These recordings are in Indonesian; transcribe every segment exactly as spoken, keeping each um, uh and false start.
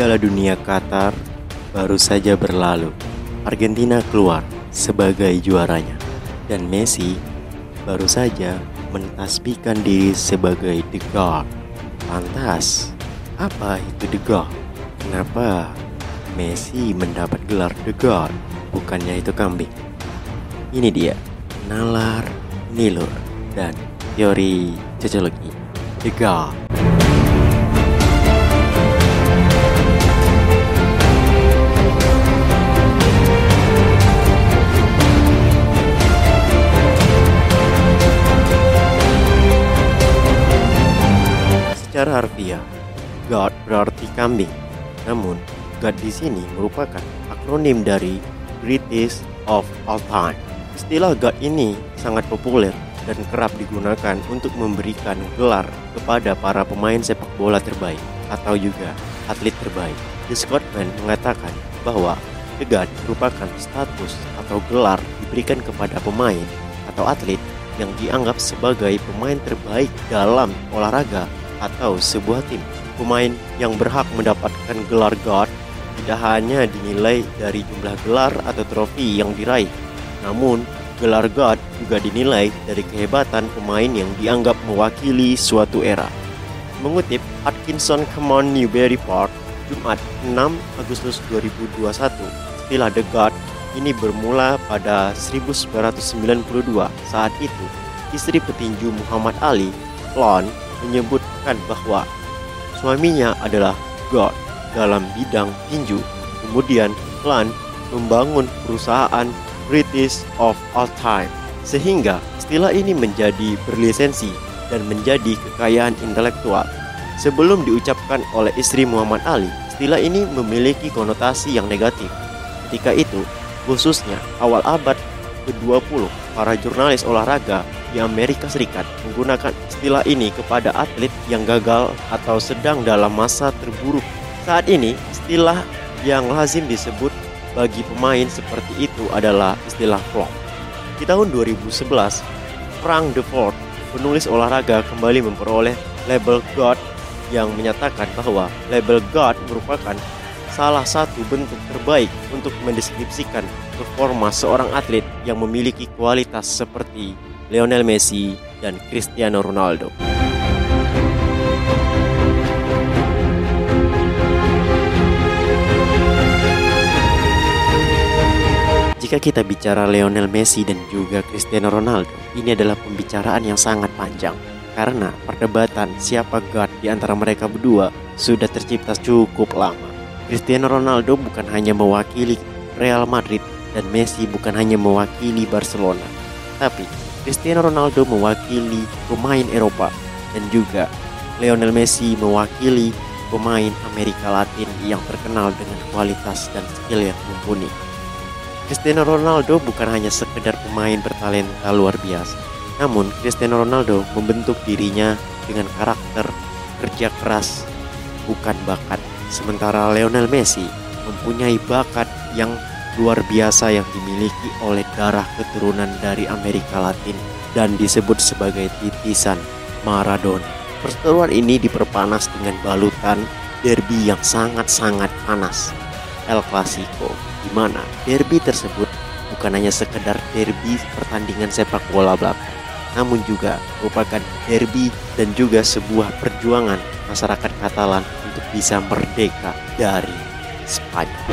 Piala Dunia Qatar baru saja berlalu. Argentina keluar sebagai juaranya, dan Messi baru saja mentasbihkan diri sebagai The God. Lantas, apa itu The God? Kenapa Messi mendapat gelar The God? Bukannya itu kambing. Ini dia, nalar, nilur, dan teori cocologi The God. Secara harfiah, God berarti kambing. Namun, God di sini merupakan akronim dari Greatest of All Time. Istilah God ini sangat populer dan kerap digunakan untuk memberikan gelar kepada para pemain sepak bola terbaik atau juga atlet terbaik. The Scotsman mengatakan bahwa The God merupakan status atau gelar diberikan kepada pemain atau atlet yang dianggap sebagai pemain terbaik dalam olahraga atau sebuah tim. Pemain yang berhak mendapatkan gelar God tidak hanya dinilai dari jumlah gelar atau trofi yang diraih, namun gelar God juga dinilai dari kehebatan pemain yang dianggap mewakili suatu era. Mengutip Atkinson Common Newburyport, Jumat enam Agustus dua ribu dua puluh satu, istilah The God ini bermula pada seribu sembilan ratus sembilan puluh dua. Saat itu, istri petinju Muhammad Ali, Lon, menyebutkan bahwa suaminya adalah God dalam bidang tinju. Kemudian Lan membangun perusahaan Greatest of All Time, sehingga istilah ini menjadi berlisensi dan menjadi kekayaan intelektual. Sebelum diucapkan oleh istri Muhammad Ali, istilah ini memiliki konotasi yang negatif. Ketika itu, khususnya awal abad ke dua puluh, para jurnalis olahraga di Amerika Serikat menggunakan istilah ini kepada atlet yang gagal atau sedang dalam masa terburuk. Saat ini, istilah yang lazim disebut bagi pemain seperti itu adalah istilah flop. Di tahun dua ribu sebelas, Frank Deford, penulis olahraga, kembali memperoleh label God yang menyatakan bahwa label God merupakan salah satu bentuk terbaik untuk mendeskripsikan performa seorang atlet yang memiliki kualitas seperti Lionel Messi dan Cristiano Ronaldo. Jika kita bicara Lionel Messi dan juga Cristiano Ronaldo, ini adalah pembicaraan yang sangat panjang, karena perdebatan siapa God di antara mereka berdua sudah tercipta cukup lama. Cristiano Ronaldo bukan hanya mewakili Real Madrid dan Messi bukan hanya mewakili Barcelona, tapi Cristiano Ronaldo mewakili pemain Eropa dan juga Lionel Messi mewakili pemain Amerika Latin yang terkenal dengan kualitas dan skill yang mumpuni. Cristiano Ronaldo bukan hanya sekedar pemain bertalenta luar biasa, namun Cristiano Ronaldo membentuk dirinya dengan karakter, kerja keras, bukan bakat. Sementara Lionel Messi mempunyai bakat yang luar biasa yang dimiliki oleh darah keturunan dari Amerika Latin dan disebut sebagai titisan Maradona. Perseteruan ini diperpanas dengan balutan derby yang sangat-sangat panas, El Clasico, di mana derby tersebut bukan hanya sekedar derby pertandingan sepak bola belaka, namun juga merupakan derby dan juga sebuah perjuangan masyarakat Katalan untuk bisa merdeka dari Spanyol.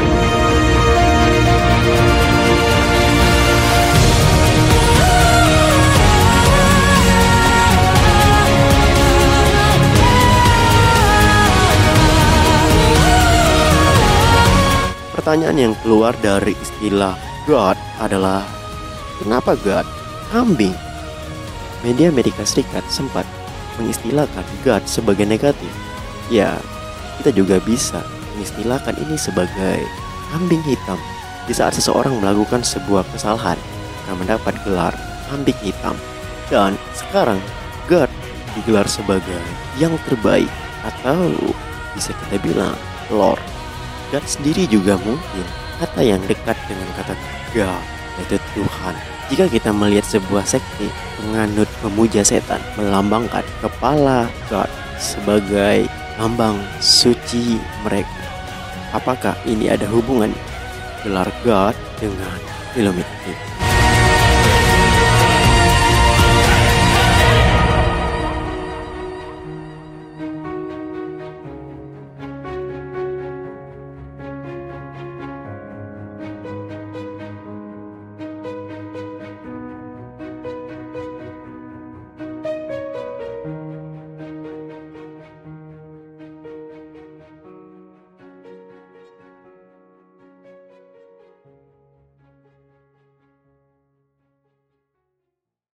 Pertanyaan yang keluar dari istilah God adalah, kenapa God kambing? Media Amerika Serikat sempat mengistilahkan God sebagai negatif. Ya, kita juga bisa mengistilahkan ini sebagai kambing hitam. Di saat seseorang melakukan sebuah kesalahan, akan mendapat gelar kambing hitam. Dan sekarang God digelar sebagai yang terbaik, atau bisa kita bilang Lord. God sendiri juga mungkin kata yang dekat dengan kata God, yaitu Tuhan. Jika kita melihat sebuah sekte penganut memuja setan melambangkan kepala God sebagai lambang suci mereka, Apakah ini ada hubungan gelar God dengan film ini?